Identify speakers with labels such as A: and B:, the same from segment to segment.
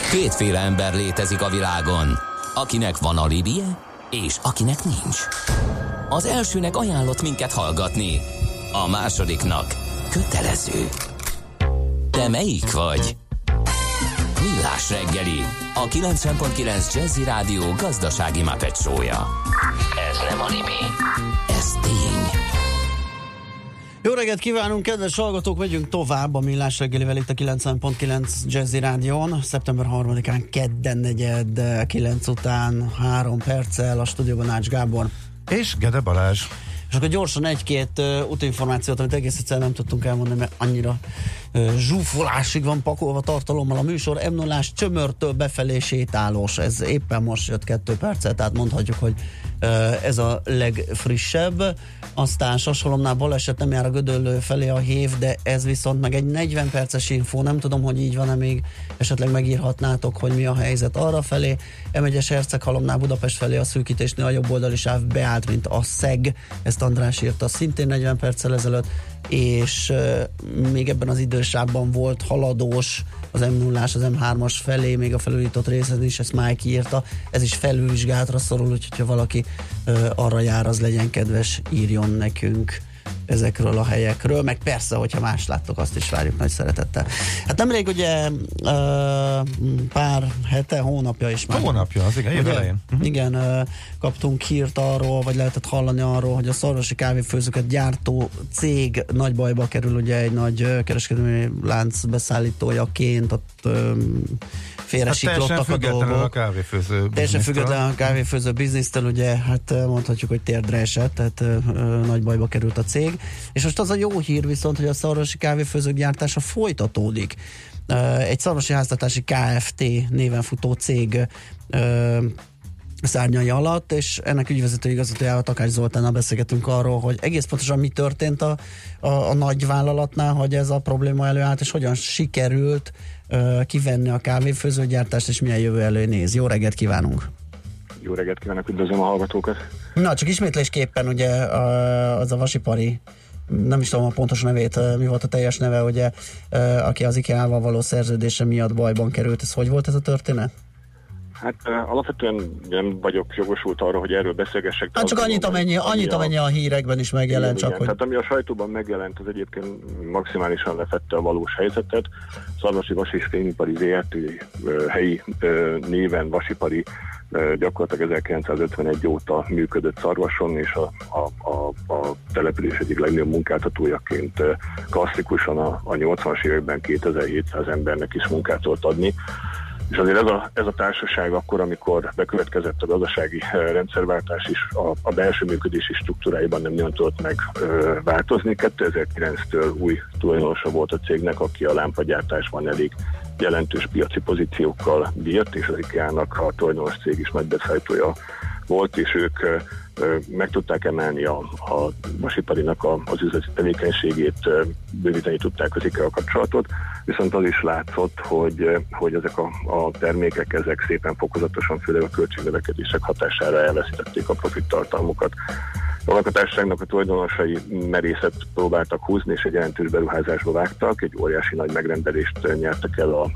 A: Kétféle ember létezik a világon, akinek van alibije, és akinek nincs. Az elsőnek ajánlott minket hallgatni, a másodiknak kötelező. Te melyik vagy? Millás reggeli, a 90.9 Jazzy Rádió gazdasági Muppet show-ja. Ez nem anime, ez tény.
B: Jó reggelt kívánunk, kedves hallgatók, megyünk tovább a Millás reggelivel itt a 90.9 Jazzy Rádión. Szeptember 3-án kedden 4:09 után 3 perccel a stúdióban Ács Gábor
C: és Gede Balázs.
B: És akkor gyorsan egy-két útinformációt, amit egész egyszerűen nem tudtunk elmondani, mert annyira zsúfolásig van pakolva tartalommal a műsor. M0-ás Csömörtől befelé sétálós, ez éppen most jött 2 percet, tehát mondhatjuk, hogy ez a legfrissebb. Aztán Sashalomnál baleset, nem jár a Gödöllő felé a hév, de ez viszont meg egy 40 perces infó, nem tudom, hogy így van-e, még esetleg megírhatnátok, hogy mi a helyzet arra felé. M1-es Herceghalomnál Budapest felé a szűkítésnél a jobb oldali sáv beállt, mint a szeg, ezt András írta szintén 40 perccel ezelőtt, és még ebben az idősávban volt haladós az M0-ás, az M3-as felé, még a felújított részen is, ezt Mike írta, ez is felülvizsgálatra szorul, úgyhogy ha valaki arra jár, az legyen kedves, írjon nekünk ezekről a helyekről, meg persze, hogyha más láttok, azt is várjuk nagy szeretettel. Hát nemrég ugye pár hete, hónapja is már.
C: Hónapja, az igen, elején.
B: Igen, kaptunk hírt arról, vagy lehetett hallani arról, hogy a szarvasi kávéfőzőket gyártó cég nagy bajba kerül, ugye egy nagy kereskedelmi lánc beszállítójaként, ott félresiklottak a dolgok. Teljesen független a kávéfőző biznisztől, ugye, hát mondhatjuk, hogy térdre esett, tehát nagy bajba került a cég. És most az a jó hír viszont, hogy a szarvasi kávéfőzők gyártása folytatódik. Egy szarvasi háztartási Kft. Néven futó cég szárnyai alatt, és ennek ügyvezető igazgatójával, Takács Zoltánnal beszélgetünk arról, hogy egész pontosan mi történt a nagy vállalatnál, hogy ez a probléma előállt, és hogyan sikerült kivenni a kávéfőzőgyártást, és milyen jövő elő néz. Jó reggelt kívánunk!
D: Jó reggelt kívánok, üdvözlöm a hallgatókat!
B: Na, csak ismétlésképpen ugye az a vasipari, nem is tudom a pontos nevét, mi volt a teljes neve, ugye, aki az IKEA-val való szerződése miatt bajban került. Ez hogy volt ez a történet?
D: Hát alapvetően nem vagyok jogosult arra, hogy erről beszélgessek.
B: Hát csak annyit, amennyi a hírekben is megjelent.
D: Igen,
B: csak hogy...
D: Tehát ami a sajtóban megjelent, az egyébként maximálisan lefette a valós helyzetet. Szarvasi Vas és Fémipari ZRT helyi néven vasipari gyakorlatilag 1951 óta működött Szarvason, és a település egyik legnagyobb munkáltatójaként klasszikusan a 80-as években 2700 embernek is munkát tudott adni. És azért ez a társaság akkor, amikor bekövetkezett a gazdasági rendszerváltás is, a belső működési struktúráiban nem nagyon tudott megváltozni. 2009-től új tulajdonosa volt a cégnek, aki a lámpagyártásban elég jelentős piaci pozíciókkal bírt, és az IKEA-nak a tulajdonos cég is nagy beszállítója volt, és ők meg tudták emelni a vasiparinak az üzleti tevékenységét, bővíteni tudták az IKEA kapcsolatot, viszont az is látszott, hogy ezek a termékek, ezek szépen fokozatosan, főleg a költségnövekedések hatására elveszítették a profit tartalmukat. A társaságnak a tulajdonosai merészet próbáltak húzni, és egy jelentős beruházásba vágtak, egy óriási nagy megrendelést nyertek el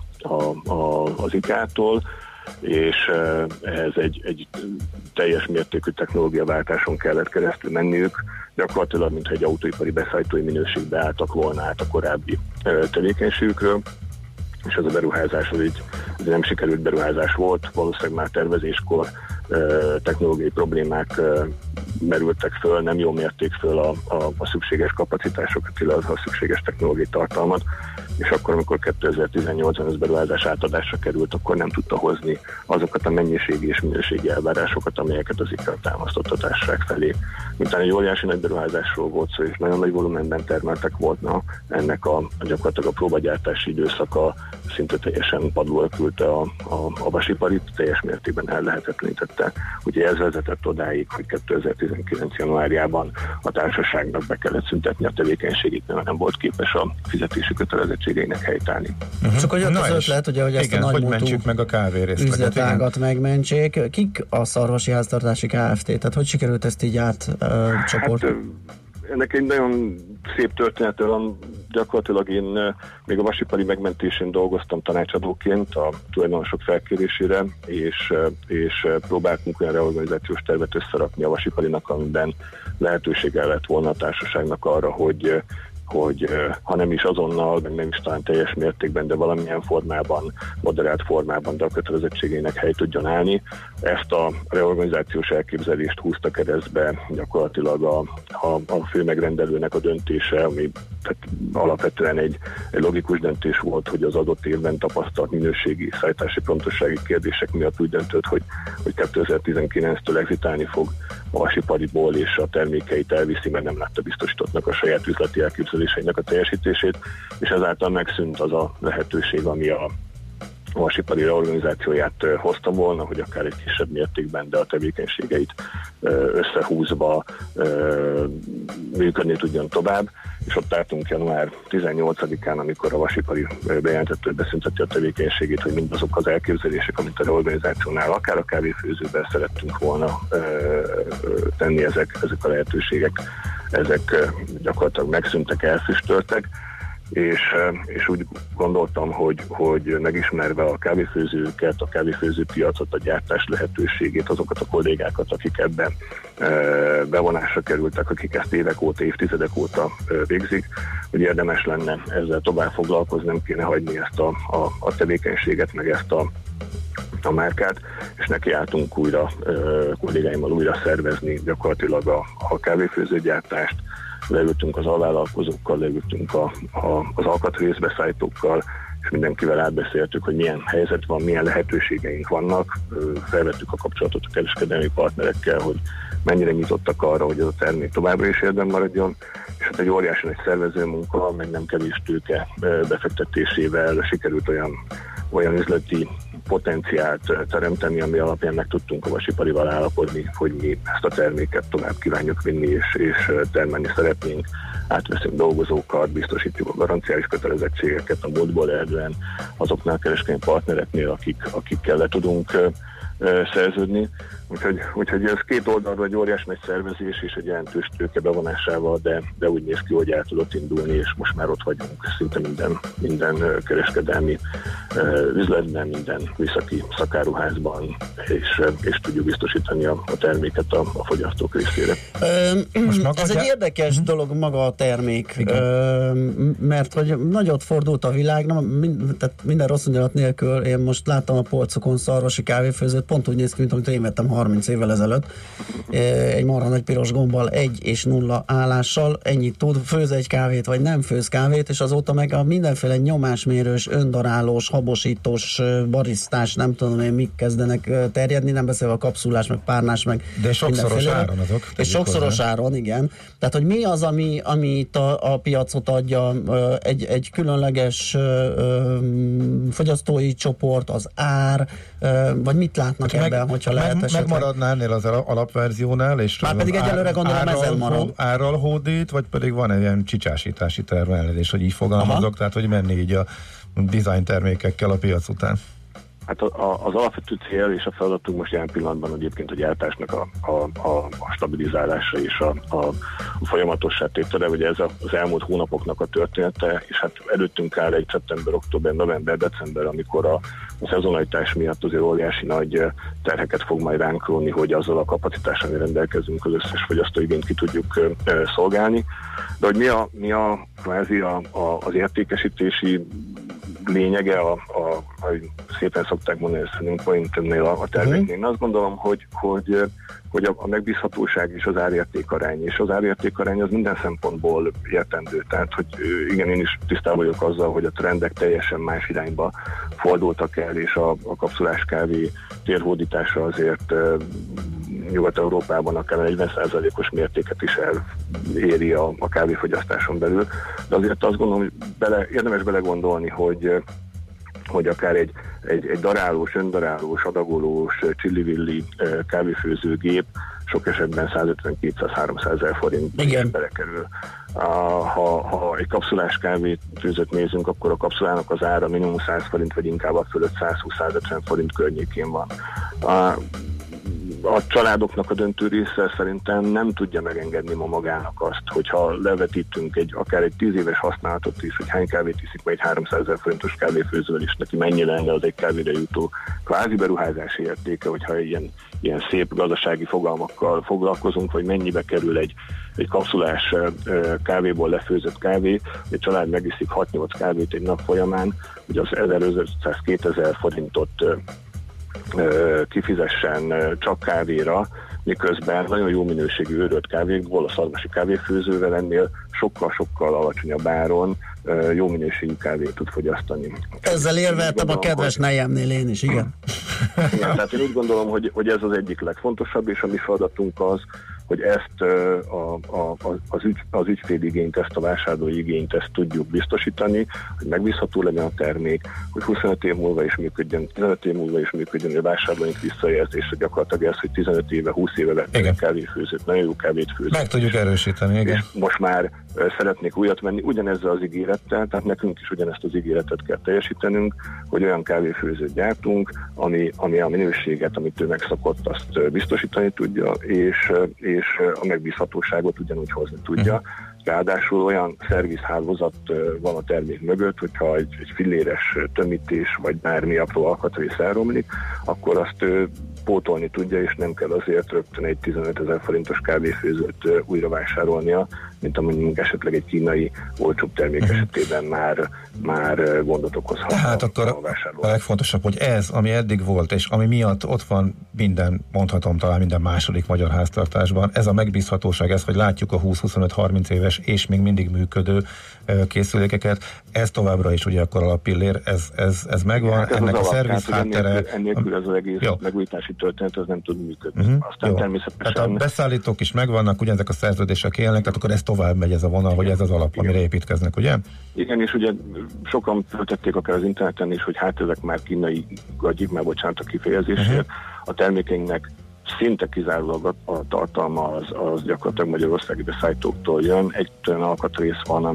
D: az IKEA-tól, és ehhez egy teljes mértékű technológiaváltáson kellett keresztül menniük, gyakorlatilag mintha egy autóipari beszállítói minőségbe álltak volna át a korábbi tevékenységükről, és ez a beruházás az így nem sikerült beruházás volt, valószínűleg már tervezéskor technológiai problémák merültek föl, nem jól mérték föl a szükséges kapacitásokat, illetve a szükséges technológiai tartalmat, és akkor, amikor 2018-ban ez beruházás átadásra került, akkor nem tudta hozni azokat a mennyiségi és minőségi elvárásokat, amelyeket az IKEA támasztott a társaság felé. Miután egy óriási nagy beruházásról volt szó, és nagyon nagy volumenben termeltek volna, ennek gyakorlatilag a próbagyártási időszaka szinte teljesen padlóra küldte a vasiparit, teljes mértékben ellehetetlenítette. Ugye ez vezetett odáig, hogy 2019. januárjában a társaságnak be kellett szüntetni a tevékenységét, mert nem volt képes a fizetési kötelezettségeinek helytállni.
B: Csak hogy ott az ötlet, ugye, hogy ezt a nagymúltú
C: meg a
B: üzletágat megmentsék. Kik a Szarvasi Háztartási Kft.? Tehát hogy sikerült ezt így átcsoport?
D: ennek egy nagyon szép története van. Gyakorlatilag én még a vasipari megmentésén dolgoztam tanácsadóként a tulajdonosok felkérésére, és próbáltunk olyan reorganizációs tervet összerakni a vasiparinak, amiben lehetősége lett volna a társaságnak arra, hogy ha nem is azonnal, meg nem is talán teljes mértékben, de valamilyen formában, moderált formában, de a kötelezettségének helyt tudjon állni. Ezt a reorganizációs elképzelést húzta keresztbe gyakorlatilag a fő megrendelőnek a döntése, ami tehát alapvetően egy logikus döntés volt, hogy az adott évben tapasztalt minőségi, szállítási pontossági kérdések miatt úgy döntött, hogy 2019-től exitálni fog a vasipariból, és a termékeit elviszi, mert nem látta biztosítottnak a saját üzleti elképzeléseinek a teljesítését, és ezáltal megszűnt az a lehetőség, ami a vasipari reorganizációját hozta volna, hogy akár egy kisebb mértékben, de a tevékenységeit összehúzva működni tudjon tovább, és ott tartunk január 18-án, amikor a vasipari bejelentett, hogy beszünteti a tevékenységét, hogy mindazok az elképzelések, amit a reorganizációnál akár a kávéfőzőben szerettünk volna tenni, ezek a lehetőségek, ezek gyakorlatilag megszűntek, elfüstöltek, és úgy gondoltam, hogy megismerve a kávéfőzőket, a kávéfőzőpiacot, a gyártás lehetőségét, azokat a kollégákat, akik ebben bevonásra kerültek, akik ezt évek óta, évtizedek óta végzik, hogy érdemes lenne ezzel tovább foglalkozni, nem kéne hagyni ezt a tevékenységet, meg ezt a márkát, és nekiálltunk újra, kollégáimmal újra szervezni gyakorlatilag a kávéfőzőgyártást, leültünk az alvállalkozókkal, leültünk az alkatrészbeszállítókkal, és mindenkivel átbeszéltük, hogy milyen helyzet van, milyen lehetőségeink vannak. Felvettük a kapcsolatot a kereskedelmi partnerekkel, hogy mennyire nyitottak arra, hogy ez a termék továbbra is érdem maradjon, és hát egy óriási nagy szervezőmunka, meg nem kevés tőke befektetésével sikerült olyan üzleti potenciált teremteni, ami alapján meg tudtunk a vasiparival állapodni, hogy mi ezt a terméket tovább kívánjuk vinni, és termelni szeretnénk. Átveszünk dolgozókat, biztosítjuk a garanciális kötelezettségeket a múltból eredően azoknál a kereskedelmi partnereknél, akikkel le tudunk szerződni. Úgyhogy ez két oldalról egy óriás nagy szervezés és egy jelentős tőke bevonásával, de úgy néz ki, hogy el tudott indulni, és most már ott vagyunk szinte minden kereskedelmi üzletben, minden műszaki szakáruházban, és tudjuk biztosítani a terméket a fogyasztók részére.
B: Ez egy érdekes dolog maga a termék, mert hogy nagyot fordult a világ, tehát minden rossz indulat nélkül, én most láttam a polcokon szarvasi kávéfőzőt, pont úgy néz ki, mint amit én vettem 30 évvel ezelőtt, egy marha nagy piros gombbal, 1 és 0 állással, ennyit tud, főz egy kávét, vagy nem főz kávét, és azóta meg a mindenféle nyomásmérős, öndarálós, habosítós, barisztás, nem tudom én, mik kezdenek terjedni, nem beszélve a kapszulás, meg párnás, meg
C: de sokszoros áron azok.
B: És sokszoros áron, igen. Tehát, hogy mi az, ami a piacot adja, egy különleges fogyasztói csoport, az ár, vagy mit látnak ebben, hogyha lehet esetleg?
C: Megmaradná ennél az alapverziónál, és
B: már pedig egyelőre gondolom ezen marad.
C: Árral hódít, vagy pedig van egy ilyen csicsásítási termelés, hogy így fogalmazok, tehát hogy menni így a design termékekkel a piac után.
D: Hát az alapvető cél és a feladatunk most jelen pillanatban egyébként a gyártásnak a stabilizálása és a folyamatossá tétele, ugye ez az elmúlt hónapoknak a története, és hát előttünk áll egy szeptember, október, november, december, amikor a szezonalitás miatt azért óriási nagy terheket fog majd ránk róni, hogy azzal a kapacitással, ami rendelkezünk, az összes fogyasztóigényt ki tudjuk szolgálni. De hogy mi a kvázi az értékesítési lényege, ahogy szépen szokták mondani, szerintem a terméknél. Én azt gondolom, hogy a megbízhatóság és az árértékarány, és az árértékarány az minden szempontból értendő. Tehát, hogy igen, én is tisztában vagyok azzal, hogy a trendek teljesen más irányba fordultak el, és a kapszulás kávé térhódítása azért Nyugat-Európában akár 40%-os mértéket is eléri a kávéfogyasztáson belül. De azért azt gondolom, hogy érdemes belegondolni, hogy akár egy darálós, öndarálós, adagolós, csillivilli kávéfőzőgép sok esetben 150-200-300 ezer forintba belekerül. Ha egy kapszulás kávéfőzőt nézünk, akkor a kapszulának az ára minimum 100 forint, vagy inkább a fölött 120-150 forint környékén van. a családoknak a döntő része szerintem nem tudja megengedni ma magának azt, hogyha levetítünk akár egy 10 éves használatot is, hogy hány kávét iszik meg egy 300 000 forintos kávéfőzővel is, neki mennyi lenne az egy kávére jutó kvázi beruházási értéke, hogyha ilyen szép gazdasági fogalmakkal foglalkozunk, vagy mennyibe kerül egy kapszulás kávéból lefőzött kávé, egy család megiszik 6-8 kávét egy nap folyamán, hogy az 1500-2000 forintot kifizessen csak kávéra, miközben nagyon jó minőségű őrölt kávékból, a szarvasi kávéfőzővel ennél sokkal-sokkal alacsonyabb áron jó minőségű kávét tud fogyasztani.
B: Ezzel érveltem a kedves nejemnél én is, igen.
D: Igen, tehát én úgy gondolom, hogy ez az egyik legfontosabb, és a mi feladatunk az, hogy ezt az ügyféligényt, ezt a vásárlói igényt, ezt tudjuk biztosítani, hogy megbízható legyen a termék, hogy 25 év múlva is működjön, 15 év múlva is működjön, hogy a vásárlóink visszajelzése gyakorlatilag ez, hogy 15 éve, 20 éve vettek kávéfőzőt, nagyon jó kávét főzőt.
C: Meg tudjuk erősíteni, igen.
D: És most már szeretnék újat venni, ugyanezzel az ígérettel, tehát nekünk is ugyanezt az ígéretet kell teljesítenünk, hogy olyan kávéfőzőt gyártunk, ami a minőséget, amit ő megszokott, azt biztosítani tudja, és a megbízhatóságot ugyanúgy hozni tudja. Ráadásul olyan szervizhálózat van a termék mögött, hogyha egy filléres tömítés, vagy bármi apró alkatrész elromlik, akkor azt pótolni tudja, és nem kell azért rögtön egy 15 000 forintos kávéfőzőt újra vásárolnia, mint amennyi esetleg egy kínai olcsóbb termék esetében már gondot okozhat.
C: Tehát akkor a legfontosabb, hogy ez, ami eddig volt, és ami miatt ott van mondhatom talán minden második magyar háztartásban, ez a megbízhatóság, ez, hogy látjuk a 20-25-30 éves és még mindig működő készülékeket, ez továbbra is ugye akkor alappillér, ez megvan, hát ennek a szerviz háttere.
D: Ennélkül ez az egész megújítási történet, ez nem tud működni. Aztán természetesen...
C: Tehát a beszállítók is megvannak, ugyanezek a szerződések élnek, tehát akkor ez tovább megy ez a vonal, hogy ez az alap, amire építkeznek, ugye?
D: Igen, és ugye sokan feltették akár az interneten is, hogy hát ezek már kínai gagyik, már bocsánat a kifejezésért, a termékeinknek szinte kizárólag a tartalma az gyakorlatilag magyarországi beszállítóktól jön. Egy olyan alkatrész van,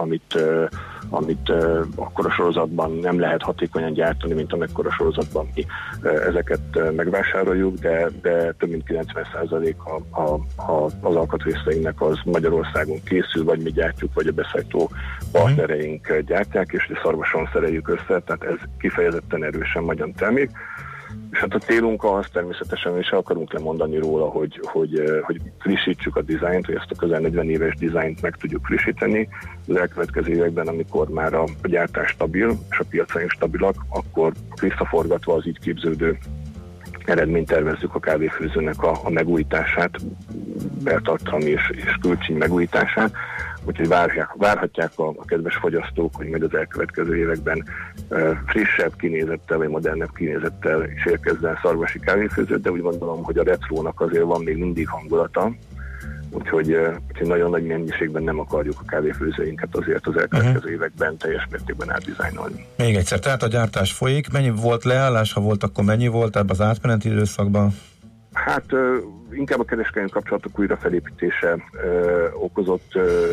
D: amit akkora sorozatban nem lehet hatékonyan gyártani, mint amekkora sorozatban mi ezeket megvásároljuk, de több mint 90% az alkatrészeinknek az Magyarországon készül, vagy mi gyártjuk, vagy a beszállító partnereink gyártják, és szarvason szereljük össze, tehát ez kifejezetten erősen magyar termék. És hát a célunk az természetesen, és akarunk lemondani róla, hogy frissítsük a dizájnt, hogy ezt a közel 40 éves dizájnt meg tudjuk frissíteni. Az elkövetkező években, amikor már a gyártás stabil, és a piacaink stabilak, akkor visszaforgatva az így képződő eredményt tervezzük a kávéfőzőnek a megújítását, beltartalmi és külcsíny megújítását, úgyhogy várhatják a kedves fogyasztók, hogy majd az elkövetkező években frissebb kinézettel, vagy modernebb kinézettel is érkezzen szarvasi kávéfőző, de úgy gondolom, hogy a retrónak azért van még mindig hangulata, úgyhogy nagyon nagy mennyiségben nem akarjuk a kávéfőzőinket azért az elkövetkező években teljes mértékben átdizájnolni.
C: Még egyszer, tehát a gyártás folyik, mennyi volt leállás, ha volt, akkor mennyi volt ebben az átmeneti időszakban?
D: Hát inkább a kereskedelmi kapcsolatok újra felépítése okozott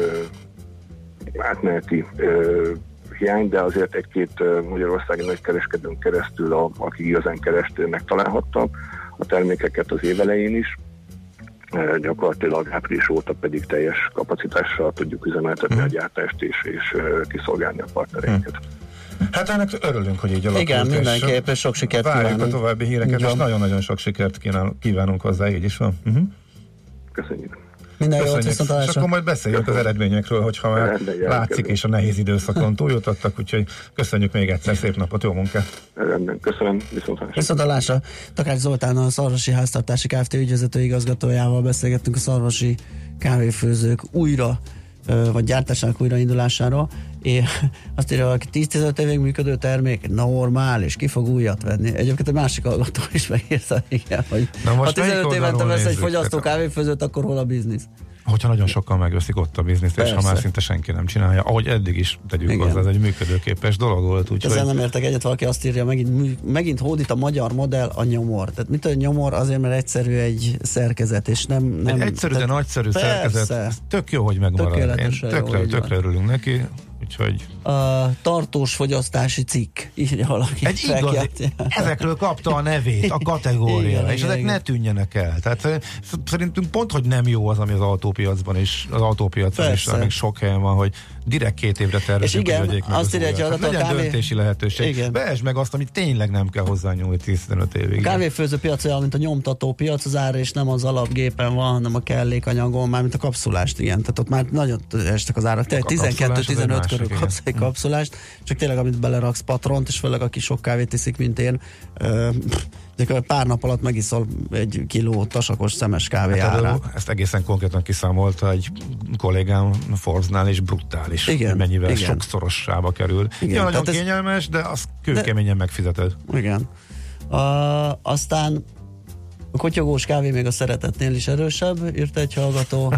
D: átmeneti hiány, de azért egy-két magyarországi nagy kereskedőn keresztül, akik igazán keresztül megtalálhatta a termékeket az év elején is. Gyakorlatilag április óta pedig teljes kapacitással tudjuk üzemeltetni a gyártást és kiszolgálni a partnereinket.
C: Hát ennek örülünk, hogy így alakult.
B: Igen, mindenképpen sok sikert
C: kívánunk.
B: Várjuk
C: a további híreket, és nagyon-nagyon sok sikert kívánunk hozzá, így is van.
D: Köszönjük.
B: Minden jót, viszontlátásra.
C: És akkor majd beszéljünk az eredményekről, hogyha már látszik, és a nehéz időszakon túljutottak, úgyhogy köszönjük még egyszer, szép napot, jó munkát!
D: Rendben, köszönöm, viszontlátásra.
B: Viszontlátásra. Takács Zoltán, a Szarvasi Háztartási Kft. Ügyvezető igazgatójával beszélgettünk a szarvasi kávéfőzők vagy gyártásának újraindulásáról. Azt írja, hogy 10-15 évig működő termék normál, és ki fog újat venni. Egyébként egy másik hallgató is megírta, igen, hogy ha 15 évente vesz egy fogyasztó kávéfőzőt, akkor hol a biznisz?
C: Hogyha nagyon sokan megveszik ott a bizniszt, és ha már szinte senki nem csinálja, ahogy eddig is tegyük hozzá, ez egy működőképes dolog volt.
B: Ezzel nem értek egyet, valaki azt írja, megint hódít a magyar modell, a nyomor. Tehát mit a nyomor? Azért, mert egyszerű egy szerkezet, és nem
C: egy egyszerű, de nagyszerű szerkezet. Tök jó, hogy megmarad. Tökre örülünk neki. úgyhogy...
B: Tartós fogyasztási cikk, írja valaki.
C: Egy igazi, ezekről kapta a nevét, a kategória,
B: igen,
C: és ezek ne tűnjenek el. Tehát szerintünk pont, hogy nem jó az, ami az autópiacban is, amíg sok helyen van, hogy direkt 2 évre tervezik, hogy vegyék meg
B: azt írja, hogy
C: legyen döntési lehetőség. Behesd meg azt, amit tényleg nem kell hozzányúlni 10-15 évig.
B: A kávéfőző piac olyan, mint a nyomtató piac, az ára és nem az alapgépen van, hanem a kellékanyagon, már mint a kapszulást, igen. Tehát ott már nagyon estek az árak. 12-15 körül kapsz egy kapszulást, csak tényleg, amit beleraksz patront, és főleg aki sok kávét iszik, mint én, pár nap alatt megiszol 1 kiló tasakos szemes kávé árát.
C: Ezt egészen konkrétan kiszámolta egy kollégám Forbesnál, és brutális, igen, mennyivel sokszorossába kerül. Ja, nagyon kényelmes, de azt kőkeményen megfizeted.
B: Igen. Aztán a kotyogós kávé még a szeretetnél is erősebb, írta egy hallgató.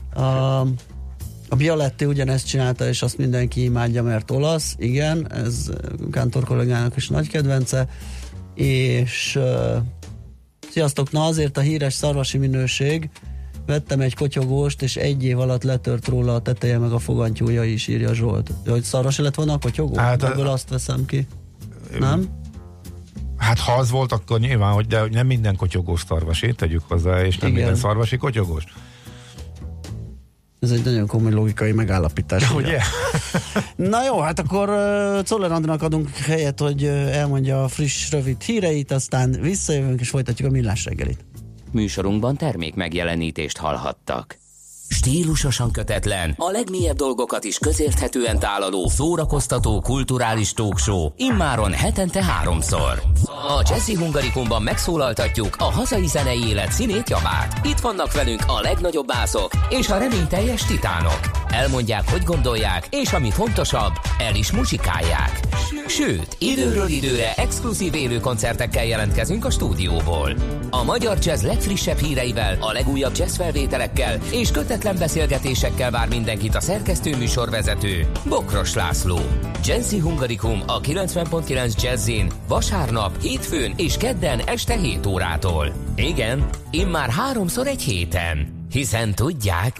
B: A Bialetti ugyanezt csinálta, és azt mindenki imádja, mert olasz. Igen, ez Kántor kollégának is nagy kedvence. És sziasztok, na azért a híres szarvasi minőség, vettem egy kotyogóst, és 1 év alatt letört róla a teteje, meg a fogantyúja is, írja Zsolt. Hogy szarvasi lett volna a kotyogó? Hát, ebből azt veszem ki. Nem?
C: Hát ha az volt, akkor nyilván, de nem minden kotyogós szarvasi, tegyük hozzá, és nem minden szarvasi kotyogós.
B: Ez egy nagyon komoly logikai megállapítás.
C: Ugye?
B: Na jó, hát akkor Czoller Andrának adunk helyet, hogy elmondja a friss, rövid híreit, aztán visszajövünk és folytatjuk a Millás reggelit.
A: Műsorunkban termék megjelenítést hallhattak. Stílusosan kötetlen, a legmélyebb dolgokat is közérthetően tálaló, szórakoztató, kulturális talkshow, immáron hetente 3-szor. A Jazzy Hungarikumban megszólaltatjuk a hazai zenei élet színét, javát. Itt vannak velünk a legnagyobb bászok és a reményteljes titánok. Elmondják, hogy gondolják, és ami fontosabb, el is muzsikálják. Sőt, időről időre exkluzív élő koncertekkel jelentkezünk a stúdióból. A magyar jazz legfrissebb híreivel, a legújabb jazz felvételekkel és kötetlen beszélgetésekkel vár mindenkit a szerkesztő műsorvezető, Bokros László. Jazzy Hungarikum a 90.9 Jazzin vasárnap, hétfőn és kedden este 7 órától. Igen, immár 3-szor egy héten. Hiszen tudják...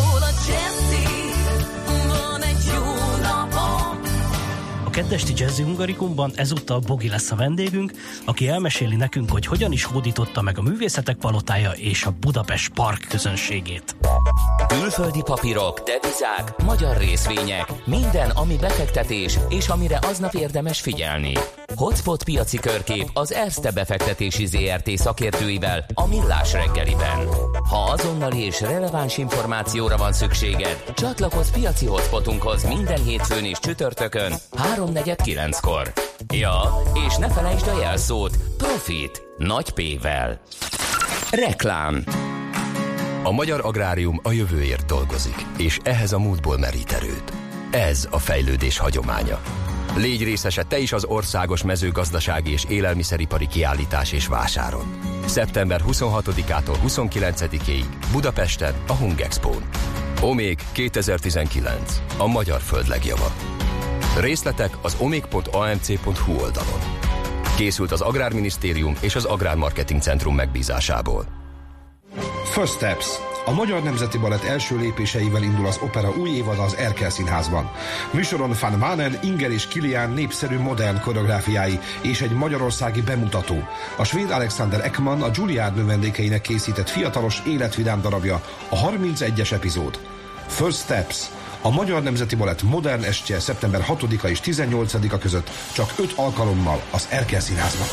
E: A keddesti Jazzy Hungarikumban ezúttal Bogi lesz a vendégünk, aki elmeséli nekünk, hogy hogyan is hódította meg a Művészetek Palotája és a Budapest Park közönségét.
A: Külföldi papírok, devizák, magyar részvények, minden, ami befektetés, és amire aznap érdemes figyelni. Hotspot piaci körkép az Erste befektetési ZRT szakértőivel a Millás reggeliben. Ha azonnali és releváns információra van szükséged, csatlakozz piaci hotspotunkhoz minden hétfőn és csütörtökön 3:49-kor. Ja, és ne felejtsd a jelszót Profit nagy P-vel. Reklám.
F: A magyar agrárium a jövőért dolgozik, és ehhez a múltból merít erőt. Ez a fejlődés hagyománya. Légy részese te is az országos mezőgazdasági és élelmiszeripari kiállítás és vásáron. Szeptember 26-ától 29-ig Budapesten a Hungexpón. Omég 2019. A magyar föld legjava. Részletek az omég.amc.hu oldalon. Készült az Agrárminisztérium és az Agrármarketing Centrum megbízásából.
G: First Steps. A Magyar Nemzeti Balett első lépéseivel indul az opera új évada az Erkel Színházban. Műsoron Van Manen, Inger és Kilian népszerű modern koreográfiái és egy magyarországi bemutató. A svéd Alexander Ekman a Juilliard növendékeinek készített fiatalos életvidám darabja, a 31-es epizód. First Steps. A Magyar Nemzeti Balett modern estje szeptember 6-a és 18-a között csak 5 alkalommal az Erkel Színházban.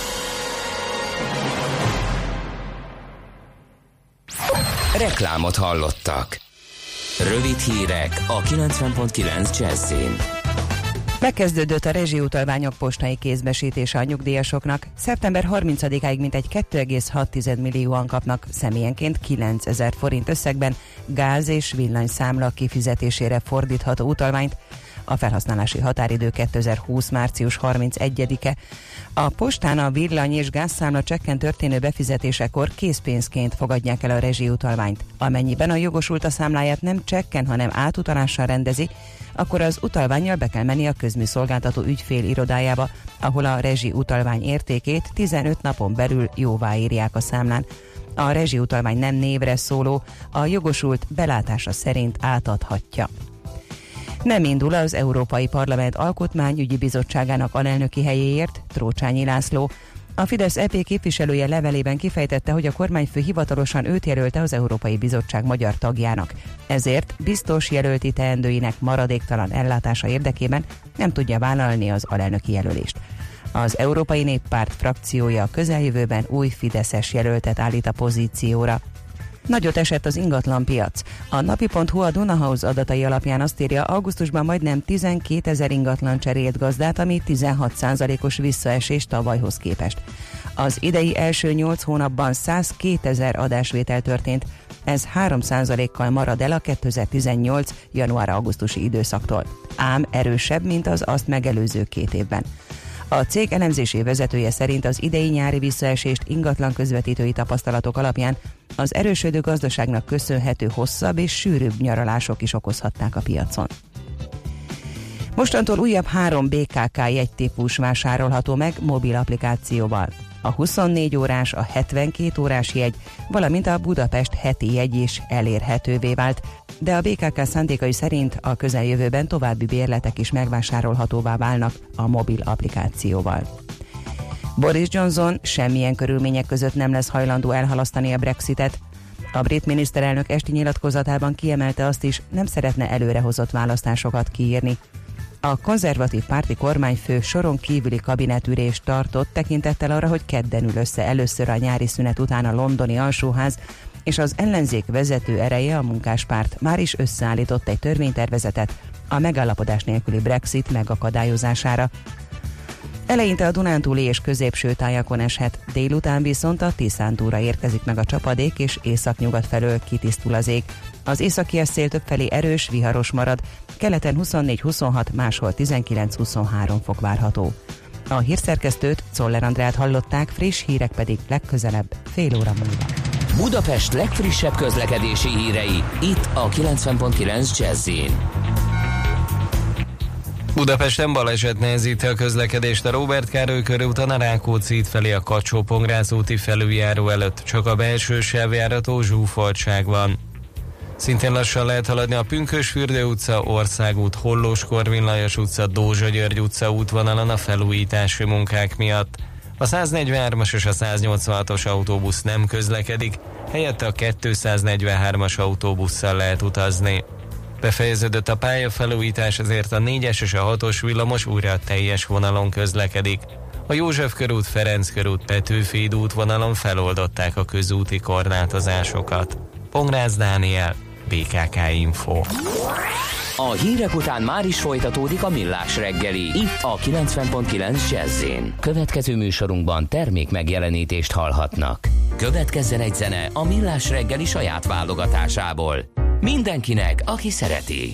A: Reklámot hallottak. Rövid hírek a 90.9 Jazzin.
H: Megkezdődött a rezsiutalványok postai kézbesítése a nyugdíjasoknak. Szeptember 30-áig mintegy 2,6 millióan kapnak személyenként 9000 forint összegben gáz- és villanyszámla kifizetésére fordítható utalványt. A felhasználási határidő 2020. március 31-e. A postán a villany- és gázszámla csekken történő befizetésekor készpénzként fogadják el a rezsiutalványt. Amennyiben a jogosult a számláját nem csekken, hanem átutalással rendezi, akkor az utalvánnyal be kell menni a közműszolgáltató ügyfél irodájába, ahol a rezsiutalvány értékét 15 napon belül jóváírják a számlán. A rezsiutalvány nem névre szóló, a jogosult belátása szerint átadhatja. Nem indul az Európai Parlament Alkotmányügyi Bizottságának alelnöki helyéért Trócsányi László. A Fidesz EP képviselője levelében kifejtette, hogy a kormányfő hivatalosan őt jelölte az Európai Bizottság magyar tagjának. Ezért biztos jelölti teendőinek maradéktalan ellátása érdekében nem tudja vállalni az alelnöki jelölést. Az Európai Néppárt frakciója közeljövőben új fideszes jelöltet állít a pozícióra. Nagyot esett az ingatlanpiac. A napi.hu a Dunahouse adatai alapján azt írja, augusztusban majdnem 12 000 ingatlan cserélt gazdát, ami 16%-os visszaesés tavalyhoz képest. Az idei első 8 hónapban 102 000 adásvétel történt, ez 3%-kal marad el a 2018. január-augusztusi időszaktól. Ám erősebb, mint az azt megelőző 2 évben. A cég elemzési vezetője szerint az idei nyári visszaesést ingatlan közvetítői tapasztalatok alapján az erősödő gazdaságnak köszönhető hosszabb és sűrűbb nyaralások is okozhatták a piacon. Mostantól újabb 3 BKK jegytípus vásárolható meg mobil applikációval. A 24 órás, a 72 órás jegy, valamint a Budapest heti jegy is elérhetővé vált, de a BKK szándékai szerint a közeljövőben további bérletek is megvásárolhatóvá válnak a mobil applikációval. Boris Johnson semmilyen körülmények között nem lesz hajlandó elhalasztani a Brexitet. A brit miniszterelnök esti nyilatkozatában kiemelte azt is, nem szeretne előrehozott választásokat kiírni. A konzervatív párti kormányfő soron kívüli kabinetülést tartott tekintettel arra, hogy kedden ül össze először a nyári szünet után a londoni alsóház, és az ellenzék vezető ereje, a Munkáspárt már is összeállított egy törvénytervezetet a megállapodás nélküli Brexit megakadályozására. Eleinte a Dunántúli és középső tájakon eshet, délután viszont a Tiszántúra érkezik meg a csapadék, és északnyugat felől kitisztul az ég. Az északi szél többfelé erős, viharos marad, keleten 24-26, máshol 19-23 fok várható. A hírszerkesztőt, Czoller Andrát hallották, friss hírek pedig legközelebb fél óra múlva.
A: Budapest legfrissebb közlekedési hírei, itt a 90.9 Jazz-in.
I: Budapesten baleset nehezíti a közlekedést a Róbert Károly körúton a Rákóczi híd felé a Kacsó-Pongrácz úti felüljáró előtt, csak a belső sávjárató zsúfoltság van. Szintén lassan lehet haladni a Pünkösfürdő utca, Országút, Hollós Korvin Lajos utca, Dózsa György utca útvonalon a felújítási munkák miatt. A 143-as és a 186-os autóbusz nem közlekedik, helyette a 243-as autóbusszal lehet utazni. Befejeződött a pályafelújítás, ezért a 4-es és a 6-os villamos újra teljes vonalon közlekedik. A József körút, Ferenc körút, Petőfi híd útvonalon feloldották a közúti korlátozásokat. Pongrácz Dániel, BKK Info.
A: A hírek után már is folytatódik a Millás reggeli, itt a 90.9 Jazz-in. Következő műsorunkban termék megjelenítést hallhatnak. Következzen egy zene a Millás reggeli saját válogatásából. Mindenkinek, aki szereti.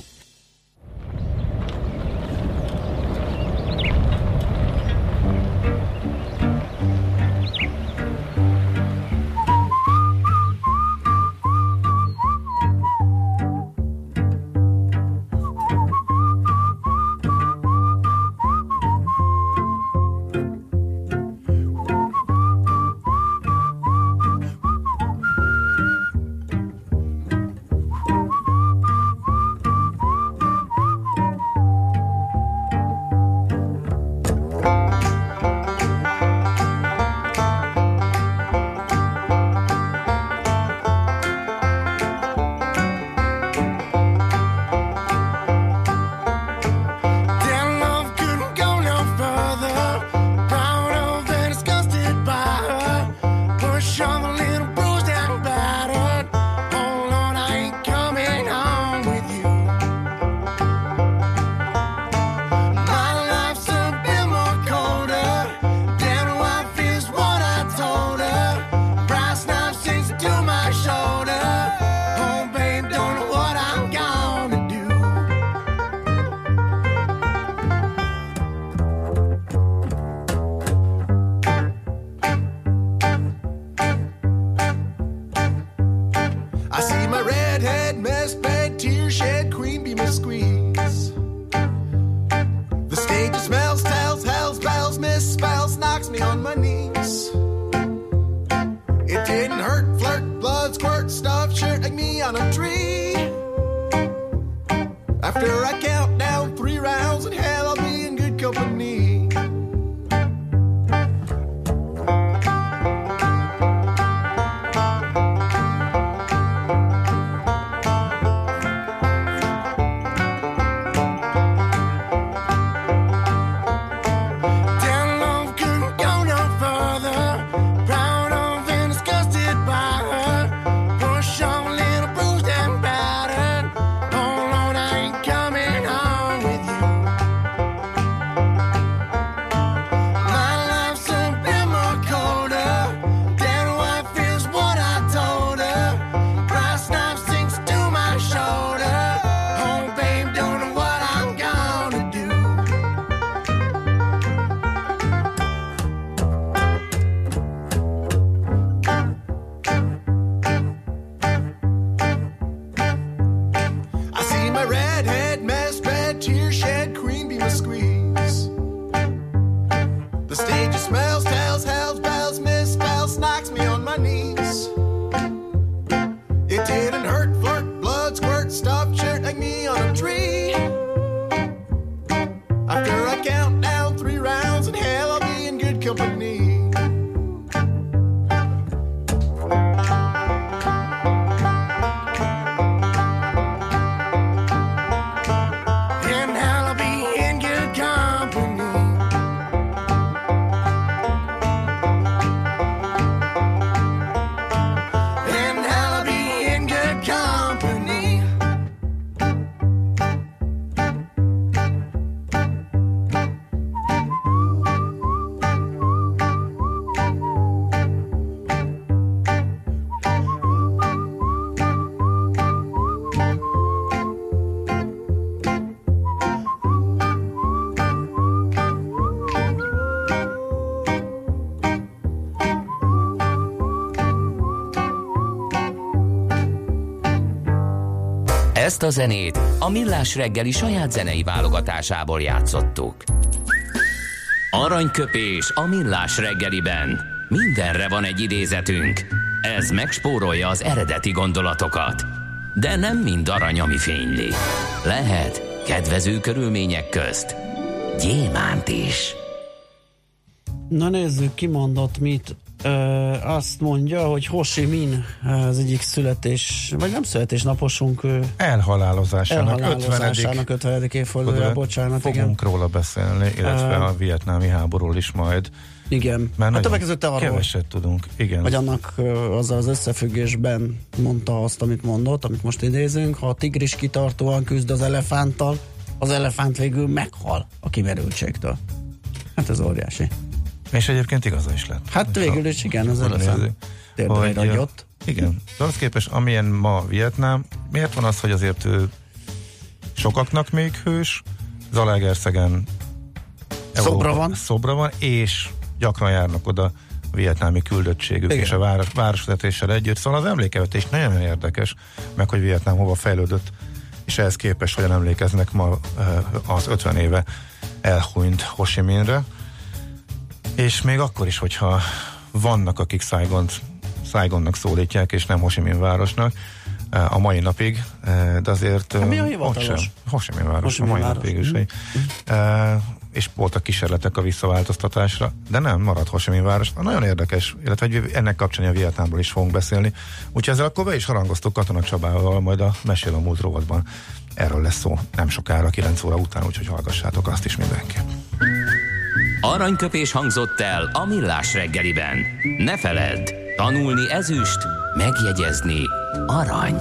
J: After I count down
A: Ezt a zenét a Millás reggeli saját zenei válogatásából játszottuk. Aranyköpés a Millás reggeliben. Mindenre van egy idézetünk. Ez megspórolja az eredeti gondolatokat. De nem mind arany, ami fényli. Lehet kedvező körülmények közt gyémánt is.
B: Na nézzük, ki mondott mit. Azt mondja, hogy Ho Chi Minh az egyik vagy nem születésnaposunk.
C: Elhalálozásának
B: 50. évfordulója, bocsánat.
C: Fogunk róla beszélni, illetve a vietnámi háborúról is majd.
B: Igen.
C: Mert
B: hát többek között arról,
C: keveset tudunk. Igen.
B: Vagy annak az összefüggésben mondta azt, amit mondott, amit most idézünk. Ha a tigris kitartóan küzd az elefánttal, az elefánt végül meghal a kimerültségtől. Hát ez óriási.
C: És egyébként igaza is lett.
B: Hát végül is igen, az elefánt térdre ragyott.
C: Igen, de az képest, amilyen ma Vietnám, miért van az, hogy azért ő sokaknak még hős, Zalaegerszegen szobra van, és gyakran járnak oda a vietnámi küldöttségük, igen, és a városvezetéssel együtt. Szóval az emlékevetés nagyon érdekes, meg hogy Vietnám hova fejlődött, és ehhez képest hogyan emlékeznek ma az 50 éve elhunyt Ho Chi Minhre. És még akkor is, hogyha vannak, akik Saigonnak szólítják, és nem Ho Chi Minh városnak, a mai napig, de azért
B: mi a hivatalos?
C: Ho Chi Minh város, a mai napig is. És voltak kísérletek a visszaváltoztatásra, de nem, marad Ho Chi Minh város. Nagyon érdekes, illetve ennek kapcsán a Vietnámból is fogunk beszélni. Úgyhogy ezzel akkor be is harangoztuk Katona Csabával, majd a Mesél a múlt rovatban. Erről lesz szó nem sokára, 9 óra után, úgyhogy hallgassátok azt is mindenképp.
A: Aranyköpés hangzott el a Millás reggeliben. Ne feledd, tanulni ezüst, megjegyezni arany.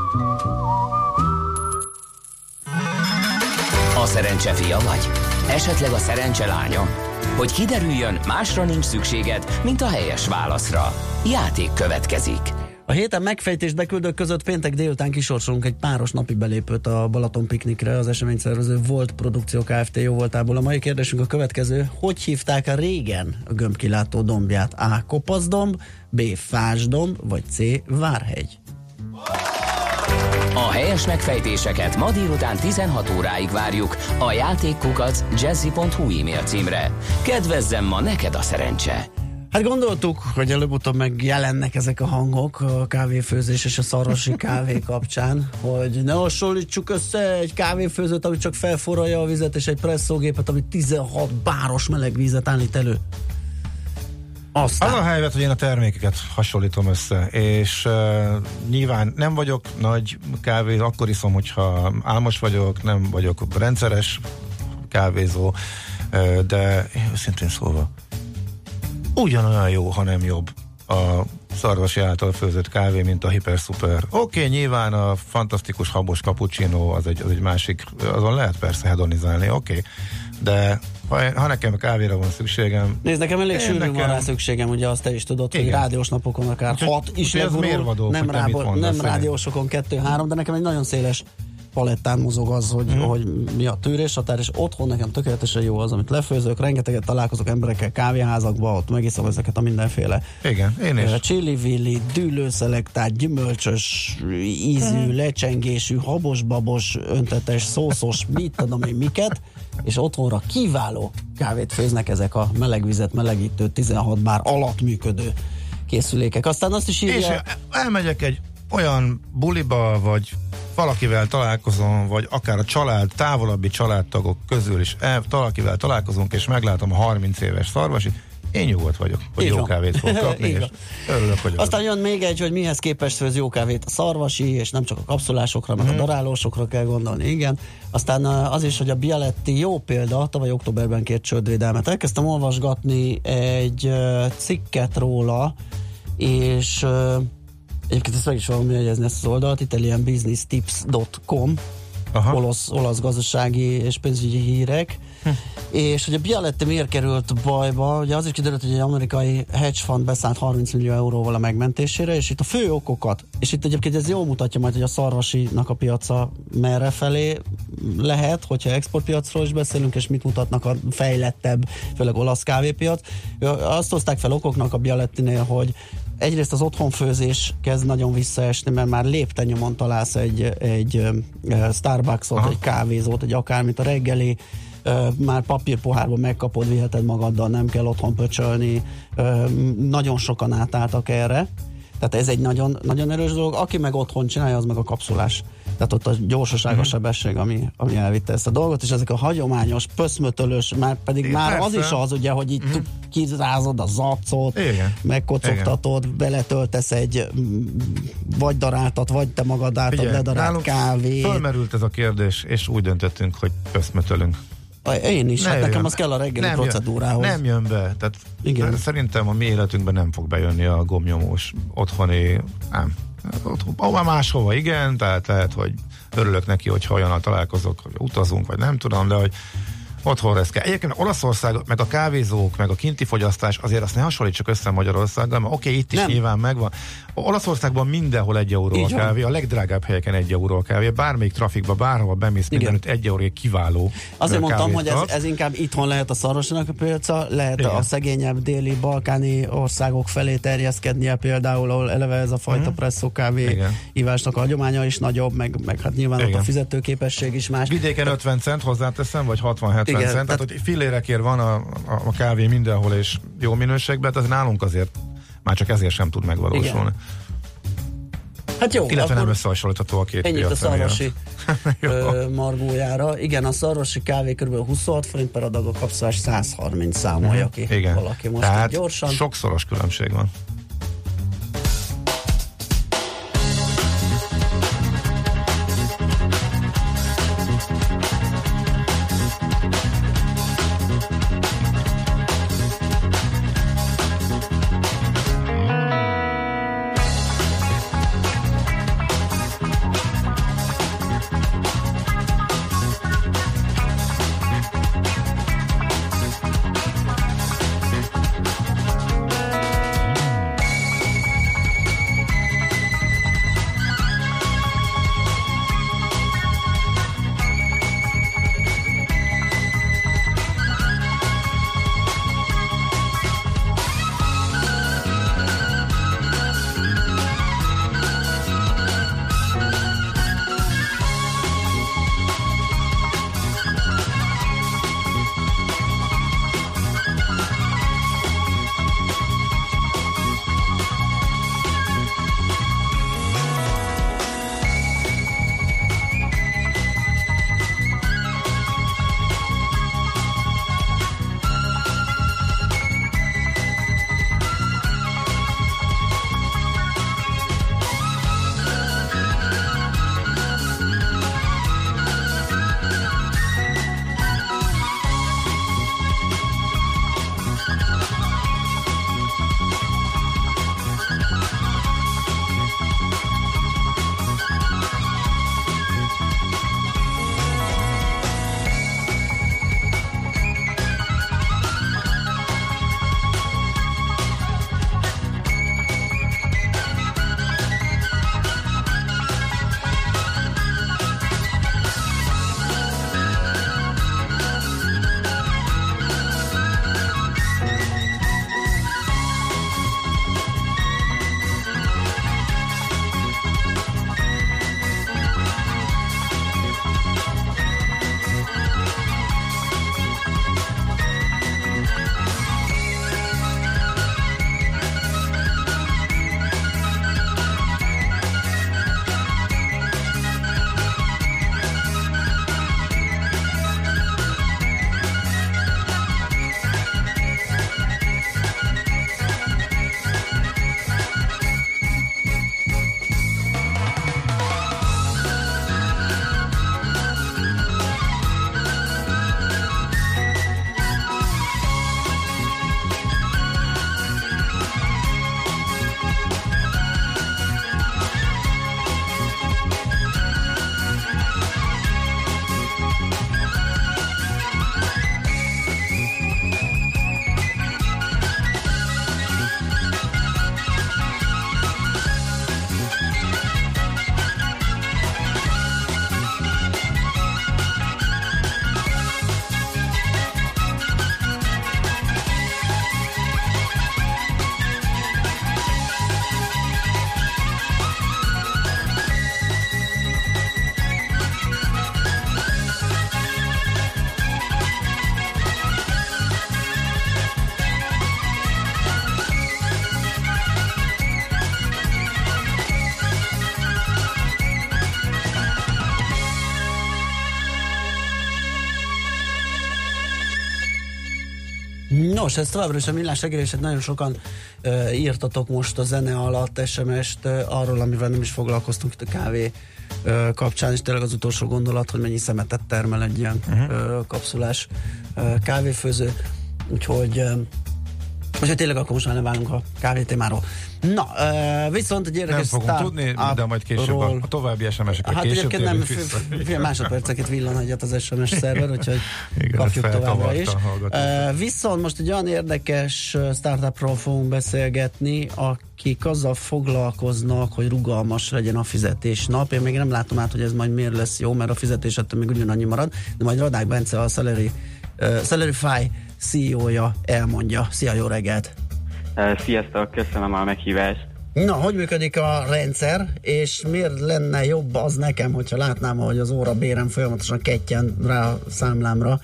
A: A szerencse fia vagy? Esetleg a szerencse lánya? Hogy kiderüljön, másra nincs szükséged, mint a helyes válaszra. Játék következik.
B: A héten megfejtést beküldők között péntek délután kisorsolunk egy páros napi belépőt a Balaton piknikre. Az eseményszervező Volt Produkció Kft. Jóvoltából. A mai kérdésünk a következő: hogy hívták a régen a gömbkilátó dombját? A. Kopaszdomb, B. Fásdomb, vagy C. Várhegy?
A: A helyes megfejtéseket ma délután 16 óráig várjuk a játékkukac@jazzy.hu e-mail címre. Kedvezzem ma neked a szerencse!
B: Hát gondoltuk, hogy előbb-utóbb megjelennek ezek a hangok a kávéfőzés és a szarvasi kávé kapcsán, hogy ne hasonlítsuk össze egy kávéfőzőt, ami csak felforralja a vizet, és egy presszógépet, ami 16 báros meleg vízet állít elő. Aztán.
C: Az a helyzet, hogy én a termékeket hasonlítom össze, és nyilván nem vagyok nagy kávé, akkor iszom, hogyha álmos vagyok, nem vagyok rendszeres kávézó, de őszintén szólva ugyanolyan jó, ha nem jobb a szarvasi által főzött kávé, mint a hiper-szuper. Oké, nyilván a fantasztikus habos cappuccino az egy másik, azon lehet persze hedonizálni, oké. De ha nekem kávéra van szükségem...
B: Nézd, nekem elég sűrűn van rá szükségem, ugye azt te is tudod, igen, hogy rádiós napokon akár 6 is legurul, nem rádiósokon 2-3, de nekem egy nagyon széles palettán mozog az, hogy mi a tűréshatár, és otthon nekem tökéletesen jó az, amit lefőzök, rengeteget találkozok emberekkel kávéházakban, ott megiszom ezeket a mindenféle.
C: Igen, én is.
B: Chili-villi, dűlőszelektált, gyümölcsös ízű, lecsengésű, habos-babos, öntetes, szószos, mit tudom én miket, és otthonra kiváló kávét főznek ezek a melegvizet melegítő 16 bár alatt működő készülékek. Aztán azt is írja...
C: És elmegyek egy olyan buliba, vagy valakivel találkozom, vagy akár a távolabbi családtagok közül is valakivel találkozunk, és meglátom a 30 éves szarvasit, én nyugodt vagyok, hogy jó kávét fogok kapni, és örülök, hogy...
B: Aztán jön még egy, hogy mihez képest főz jó kávét a szarvasi, és nem csak a kapszulásokra, meg a darálósokra kell gondolni, igen. Aztán az is, hogy a Bialetti jó példa, tavaly októberben kért csődvédelmet. Elkezdtem olvasgatni egy cikket róla, és egyébként ezt meg is fogom jegyezni, ezt az oldalt, italianbusinesstips.com, olasz gazdasági és pénzügyi hírek, és hogy a Bialetti miért került bajba, ugye az is kiderült, hogy egy amerikai hedge fund beszállt 30 millió euróval a megmentésére, és itt a fő okokat, és itt egyébként ez jól mutatja majd, hogy a szarvasinak a piaca merre felé lehet, hogyha exportpiacról is beszélünk, és mit mutatnak a fejlettebb, főleg olasz kávépiac. Azt hozták fel okoknak a Bialettinél, hogy egyrészt az otthonfőzés kezd nagyon visszaesni, mert már léptennyomon találsz egy Starbucksot, egy kávézót, egy akármit a reggeli, már papírpohárban megkapod, viheted magaddal, nem kell otthon pöcsölni, nagyon sokan átálltak erre, tehát ez egy nagyon, nagyon erős dolog. Aki meg otthon csinálja, az meg a kapszulás. Tehát ott a gyorsaság, a sebesség, ami elvitte ezt a dolgot, és ezek a hagyományos, pöszmötölös, már pedig már az is az, ugye, hogy itt kirázod a zacot, megkocogtatod, beletöltesz egy vagy daráltat, vagy te magad által ledarált kávét.
C: Fölmerült ez a kérdés, és úgy döntöttünk, hogy pöszmötölünk.
B: Én is, hát nekem az kell a reggeli procedúrához.
C: Nem jön be, tehát szerintem a mi életünkben nem fog bejönni a gombnyomós otthoni, máshova igen, tehát lehet, hogy örülök neki, hogy olyannal találkozok, hogy utazunk, vagy nem tudom, de hogy otthon ez kell. Egyébként Olaszország, meg a kávézók, meg a kinti fogyasztás, azért azt ne hasonlítsuk össze Magyarországgal, mert itt is nyilván megvan. Olaszországban mindenhol 1 euró a kávé, a legdrágább helyeken 1 euró a kávé, bármelyik trafikba, bárhova bemész, mindenütt 1 euró kiváló.
B: Azért mondtam, hogy ez inkább itthon lehet a szarvasinak a piaca, lehet a szegényebb déli balkáni országok felé terjeszkednie például, ahol eleve ez a fajta presszó kávé ivásnak a hagyománya is nagyobb, meg hát nyilván ott a fizetőképesség is más.
C: Vidéken 50 cent hozzáteszem, vagy 60-70 cent, tehát hogy fillérekért van a kávé mindenhol és jó minőségben, tehát nálunk azért már csak ezért sem tud megvalósulni.
B: Hát jó,
C: illetve nem összehasonlítható a két piac.
B: Ennyit a szarvasi margójára. Igen, a szarvasi kávé kb. 26 forint per adag, a kapszulás 130 számolja ki.
C: Igen.
B: Valaki most
C: tehát
B: gyorsan.
C: Sokszoros különbség van.
B: Nos, ez továbbra is a millás reggel, nagyon sokan írtatok most a zene alatt SMS-t arról, amivel nem is foglalkoztunk itt a kávé kapcsán, és tényleg az utolsó gondolat, hogy mennyi szemetet termel egy ilyen kapszulás kávéfőző, úgyhogy tényleg akkor most már nem válunk a kávé témáról. Na, viszont egy érdekes
C: nem fogunk tudni, de majd később a további SMS-eket később
B: nem, fél másodperceket villan egyet az SMS szerver, úgyhogy kapjuk továbbra is. Viszont most egy olyan érdekes startupról fogunk beszélgetni, akik azzal foglalkoznak, hogy rugalmas legyen a fizetésnap. Én még nem látom át, hogy ez majd miért lesz jó, mert a fizetés ettől még ugyanannyi marad, de majd Radák Bence, a Salarify CEO-ja elmondja. Szia, jó reggelt!
J: Sziasztok, köszönöm a meghívást.
B: Na, hogy működik a rendszer, és miért lenne jobb az nekem, hogyha látnám, hogy az órabérem folyamatosan kettyen rá a számlámra,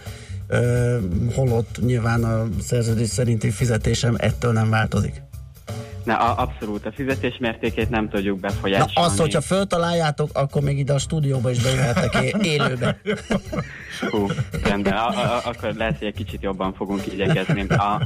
B: holott nyilván a szerződés szerinti fizetésem ettől nem változik?
J: Na, abszolút, a fizetés mértékét nem tudjuk befolyásolni.
B: Na, azt, hogyha föltaláljátok, akkor még ide a stúdióba is bejöhetek élőbe.
J: Hú, rendben, akkor lehet, hogy egy kicsit jobban fogunk igyekezni.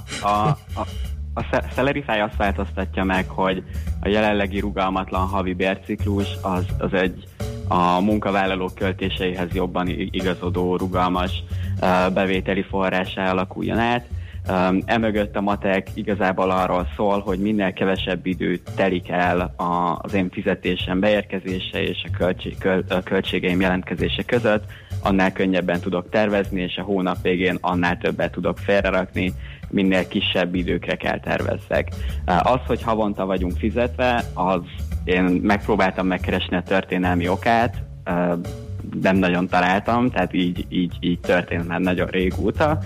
J: A Salarify azt változtatja meg, hogy a jelenlegi rugalmatlan havi bérciklus az egy a munkavállalók költéseihez jobban igazodó rugalmas bevételi forrásá alakuljon át. Emögött a matek igazából arról szól, hogy minél kevesebb idő telik el az én fizetésem beérkezése és a költségeim jelentkezése között, annál könnyebben tudok tervezni, és a hónap végén annál többet tudok félrerakni, minél kisebb időkre kell tervezzek. Az, hogy havonta vagyunk fizetve, az én megpróbáltam megkeresni a történelmi okát, nem nagyon találtam, tehát így történt már nagyon régóta.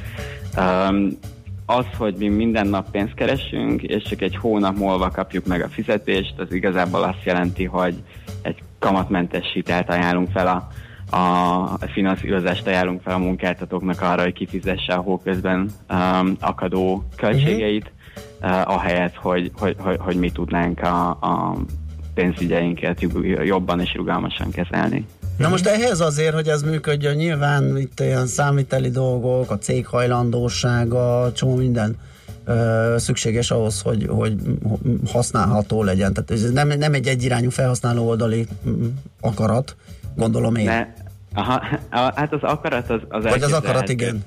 J: Az, hogy mi minden nap pénzt keresünk, és csak egy hónap múlva kapjuk meg a fizetést, az igazából azt jelenti, hogy egy kamatmentes hitelt ajánlunk fel a finanszírozást ajánlunk fel a munkáltatóknak arra, hogy kifizesse a hóközben akadó költségeit, ahelyett, hogy mi tudnánk a pénzügyeinket jobban és rugalmasan kezelni.
B: Na most ehhez azért, hogy ez működjön, nyilván itt olyan számviteli dolgok, a cég hajlandósága, csomó minden szükséges ahhoz, hogy használható legyen. Tehát ez nem egy egyirányú felhasználó oldali akarat, gondolom én.
J: Hát az akarat az
B: vagy az akarat, igen.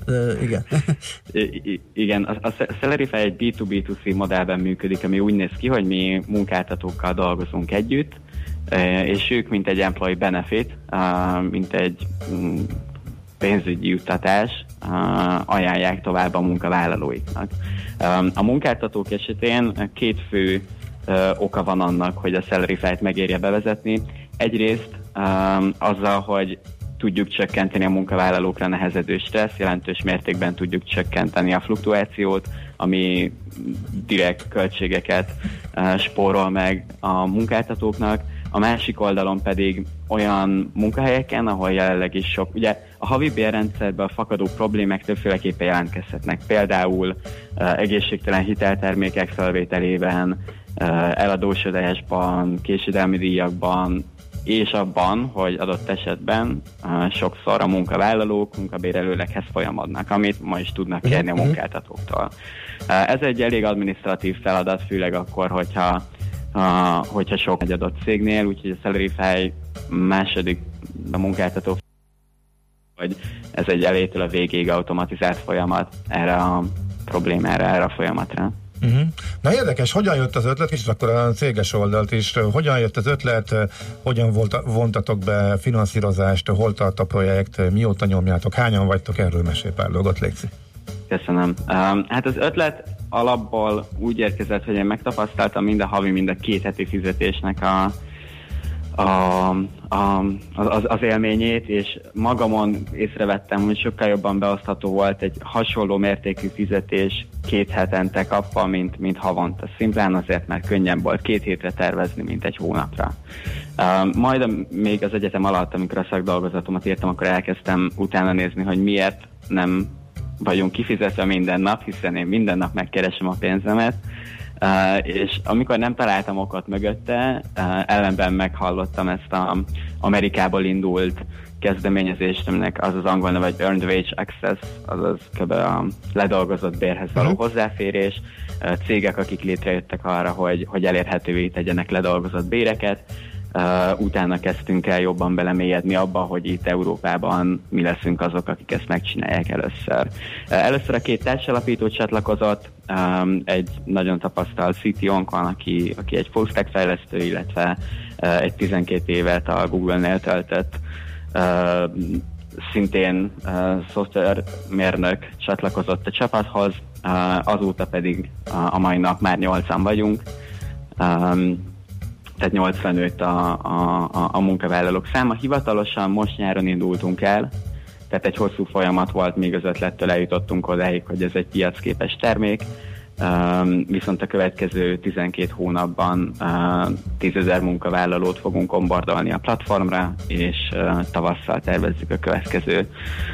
J: Igen, a Salarify egy B2B2C modellben működik, ami úgy néz ki, hogy mi munkáltatókkal dolgozunk együtt, és ők mint egy employee benefit, mint egy pénzügyi juttatás ajánlják tovább a munkavállalóiknak. A munkáltatók esetén két fő oka van annak, hogy a Salarify-t megérje bevezetni. Egyrészt azzal, hogy tudjuk csökkenteni a munkavállalókra nehezedő stressz, jelentős mértékben tudjuk csökkenteni a fluktuációt, ami direkt költségeket spórol meg a munkáltatóknak. A másik oldalon pedig olyan munkahelyeken, ahol jelenleg is sok, ugye a havi bérrendszerben a fakadó problémák többféleképpen jelentkezhetnek. Például egészségtelen hiteltermékek felvételében, eladósodásban, késedelmi díjakban, és abban, hogy adott esetben sokszor a munkavállalók munkabérelőleghez folyamodnak, amit ma is tudnak kérni a munkáltatóktól. Ez egy elég adminisztratív feladat, főleg akkor, hogyha sok egy adott cégnél, úgyhogy a Salarify második a munkáltató, hogy ez egy elétől a végéig automatizált folyamat erre a problémára, erre a folyamatra.
C: Na érdekes, hogyan jött az ötlet, és akkor a céges oldalt is, hogyan jött az ötlet, hogyan vontatok be finanszírozást, hol tart a projekt, mióta nyomjátok, hányan vagytok, erről mesélj pár dolgot, légy.
J: Köszönöm. Hát az ötlet alapból úgy érkezett, hogy én megtapasztaltam mind a havi, mind a két heti fizetésnek az élményét, és magamon észrevettem, hogy sokkal jobban beosztható volt egy hasonló mértékű fizetés 2 hetente kapva, mint havonta. Szimplán azért, mert könnyebb volt 2 hétre tervezni, mint egy hónapra. Majd még az egyetem alatt, amikor a szakdolgozatomat írtam, akkor elkezdtem utána nézni, hogy miért nem vagyunk kifizetve minden nap, hiszen én minden nap megkeresem a pénzemet, És amikor nem találtam okot mögötte, ellenben meghallottam ezt az Amerikából indult kezdeményezést, aminek az angol neve, hogy Earned Wage Access, azaz kb. A ledolgozott bérhez való hozzáférés, cégek, akik létrejöttek arra, hogy elérhetővé tegyenek ledolgozott béreket. Utána kezdtünk el jobban belemélyedni abba, hogy itt Európában mi leszünk azok, akik ezt megcsinálják először. Először a 2 társalapító csatlakozott, egy nagyon tapasztalt CTO-nk van, aki egy full stack fejlesztő, illetve egy 12 évet a Google-nél töltött, szintén szoftvermérnök csatlakozott a csapathoz, azóta pedig a mai nap már 8-an vagyunk, tehát 80 nőtt a munkavállalók száma. Hivatalosan most nyáron indultunk el, tehát egy hosszú folyamat volt, még az ötlettől eljutottunk odáig, hogy ez egy piacképes termék, viszont a következő 12 hónapban 10 000 munkavállalót fogunk onboardolni a platformra, és tavasszal tervezzük a következő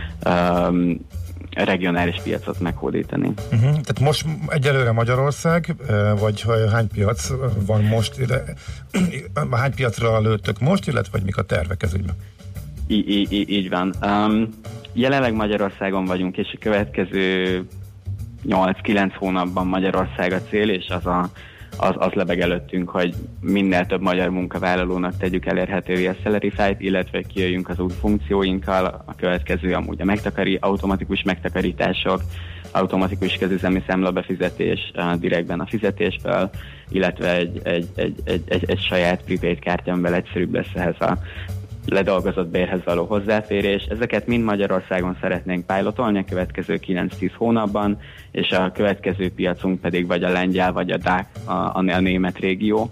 J: regionális piacot meghódítani.
C: Tehát most egyelőre Magyarország, vagy hány piac van most, hány piacra lőttök most, illetve vagy mik a tervek ez ügyben?
J: Így van. Jelenleg Magyarországon vagyunk, és a következő 8-9 hónapban Magyarország a cél, és az lebeg előttünk, hogy minél több magyar munkavállalónak tegyük elérhetővé a Celerify-t, illetve kijöjjünk az új funkcióinkkal. A következő amúgy a automatikus megtakarítások, automatikus közüzemi számlabefizetés direktben a fizetésből, illetve egy saját prepaid kártya, amivel egyszerűbb lesz ehhez a ledolgozott bérhez való hozzáférés. Ezeket mind Magyarországon szeretnénk pilotolni a következő 9-10 hónapban, és a következő piacunk pedig vagy a lengyel, vagy a DACH, a német régió.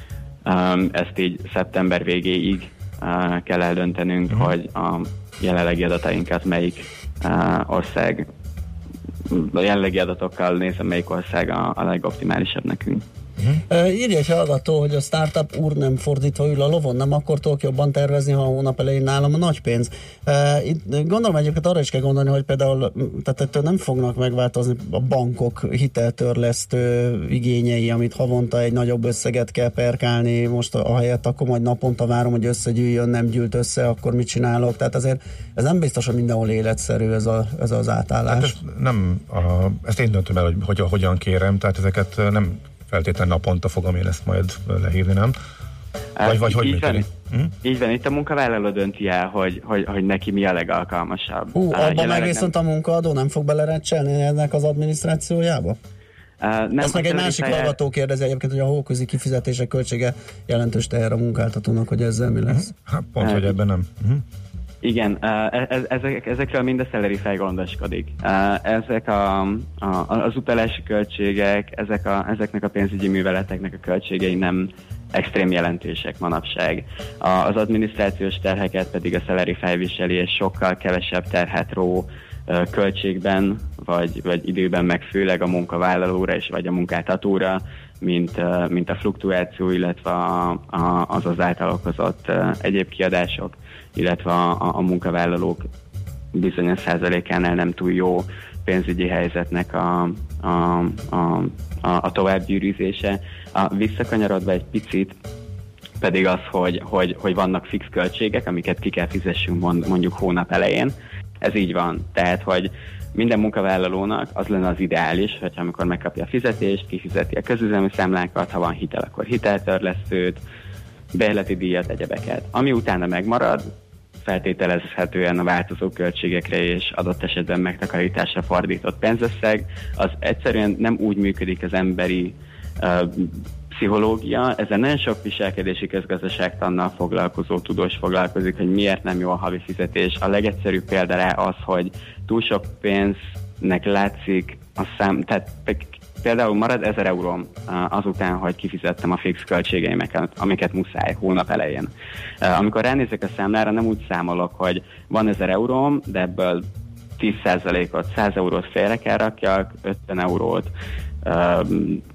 J: Ezt így szeptember végéig kell eldöntenünk, hogy a jelenlegi adatainkat melyik ország, a jelenlegi adatokkal nézem, melyik ország a legoptimálisabb nekünk.
B: Írja egy hallgató, hogy a startup úr nem fordítva ül a lovon, nem akkor tudok jobban tervezni, ha a hónap elején nálam a nagy pénz. Itt gondolom egyébként arra is kell gondolni, hogy például tehát ettől nem fognak megváltozni a bankok hiteltörlesztő igényei, amit havonta egy nagyobb összeget kell perkálni, most ahelyett akkor majd naponta várom, hogy összegyűjjön, nem gyűlt össze, akkor mit csinálok? Tehát azért ez nem biztos, hogy mindenhol életszerű ez az átállás.
C: Hát ezt én döntöm el, hogy hogyan kérem, tehát ezeket nem feltétlenül naponta fogom én ezt majd lehívni, nem? Vagy hogy működik?
J: Így van, itt a munkavállaló dönti el, hogy neki mi a legalkalmasabb.
B: Abban meg viszont a munkaadó nem fog belerecselni ennek az adminisztrációjába? Ezt meg egy másik hallgató kérdezi egyébként, hogy a hóközi kifizetések költsége jelentős teher a munkáltatónak, hogy ezzel mi lesz?
C: Hát pont, hogy ebben nem.
J: Igen, ezekről mind a Celerify gondoskodik. Ezek az utalási költségek, ezeknek a pénzügyi műveleteknek a költségei nem extrém jelentősek manapság. Az adminisztrációs terheket pedig a Celerify viseli, és sokkal kevesebb terhet ró költségben, vagy időben, meg főleg a munkavállalóra és vagy a munkáltatóra, mint a fluktuáció, illetve az által okozott egyéb kiadások, illetve a munkavállalók bizonyos százalékánál nem túl jó pénzügyi helyzetnek a továbbgyűrűzése. Visszakanyarodva egy picit pedig az, hogy vannak fix költségek, amiket ki kell fizessünk mondjuk hónap elején. Ez így van. Tehát, hogy minden munkavállalónak az lenne az ideális, hogyha amikor megkapja a fizetést, kifizeti a közüzemi számlákat, ha van hitel, akkor hiteltörlesztőt, bérleti díjat, egyebeket. Ami utána megmarad, feltételezhetően a változó költségekre és adott esetben megtakarításra fordított pénzösszeg, az egyszerűen nem úgy működik az emberi pszichológia. Ezzel nagyon sok viselkedési közgazdaságtannal foglalkozó tudós foglalkozik, hogy miért nem jó a havi fizetés. A legegyszerűbb példa rá az, hogy túl sok pénznek látszik a szám, tehát például marad 1000 euróm azután, hogy kifizettem a fix költségeimet, amiket muszáj hónap elején. Amikor ránézek a számlára, nem úgy számolok, hogy van 1000 euróm, de ebből 10%-ot, 100 eurót félre kell rakjak, 50 eurót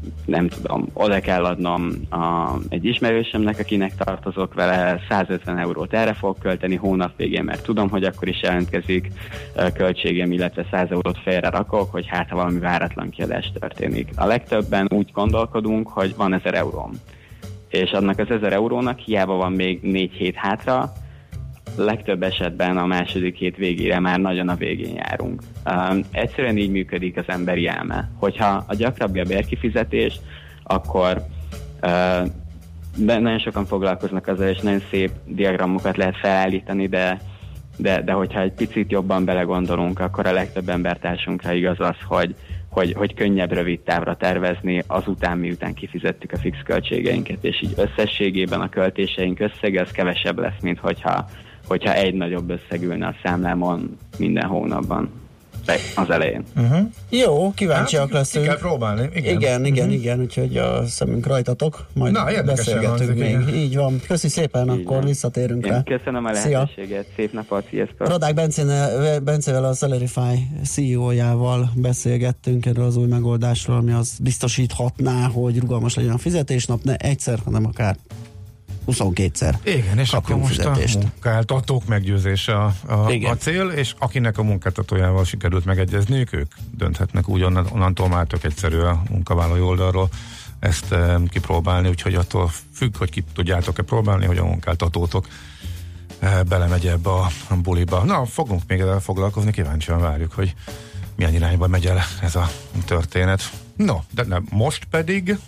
J: nem tudom, oda kell adnom egy ismerősömnek, akinek tartozok vele, 150 eurót erre fogok költeni hónap végén, mert tudom, hogy akkor is jelentkezik költségem, illetve 100 eurót félre rakok, hogy hát ha valami váratlan kiadás történik. A legtöbben úgy gondolkodunk, hogy van 1000 euróm. És annak az 1000 eurónak hiába van még 4 hét hátra, legtöbb esetben a második hét végére már nagyon a végén járunk. Egyszerűen így működik az emberi elme. Hogyha a gyakrabbi a bérkifizetés, akkor nagyon sokan foglalkoznak azzal, és nagyon szép diagramokat lehet felállítani, de hogyha egy picit jobban belegondolunk, akkor a legtöbb embertársunkra igaz az, hogy könnyebb rövid távra tervezni azután, miután kifizettük a fix költségeinket, és így összességében a költéseink összege az kevesebb lesz, mint hogyha egy nagyobb összeg ülne a számlámon minden hónapban az elején.
B: Jó, kíváncsiak leszünk.
C: Ki kell próbálni.
B: Igen, úgyhogy a szemünk rajtatok, majd beszélgetünk még. Igen. Így van. Köszi szépen, így akkor van. Visszatérünk rá.
J: Köszönöm a lehetőséget, szép napot, sziasztok!
B: Radák Bencevel, a Celerify CEO-jával beszélgettünk erről az új megoldásról, ami az biztosíthatná, hogy rugalmas legyen a fizetésnap, ne egyszer, hanem akár 22-szer.
C: Igen, és akkor most
B: fizetést.
C: A munkáltatók meggyőzése a cél, és akinek a munkáltatójával sikerült megegyezniük, ők dönthetnek úgy onnantól már tök egyszerű a munkavállalói oldalról ezt kipróbálni, úgyhogy attól függ, hogy ki tudjátok-e próbálni, hogy a munkáltatótok belemegy ebbe a buliba. Na, fogunk még ezzel foglalkozni, kíváncsian várjuk, hogy milyen irányba megy el ez a történet. No, de most pedig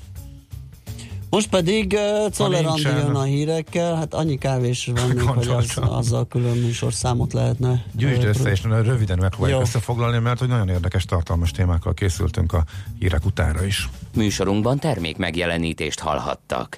B: Czoller Andi jön a hírekkel, hát annyi kávés van még, hogy azzal külön műsorszámot lehetne.
C: Gyűjtsd össze, és röviden megpróbáljuk összefoglalni, mert hogy nagyon érdekes, tartalmas témákkal készültünk a hírek utára is.
A: Műsorunkban termék megjelenítést hallhattak.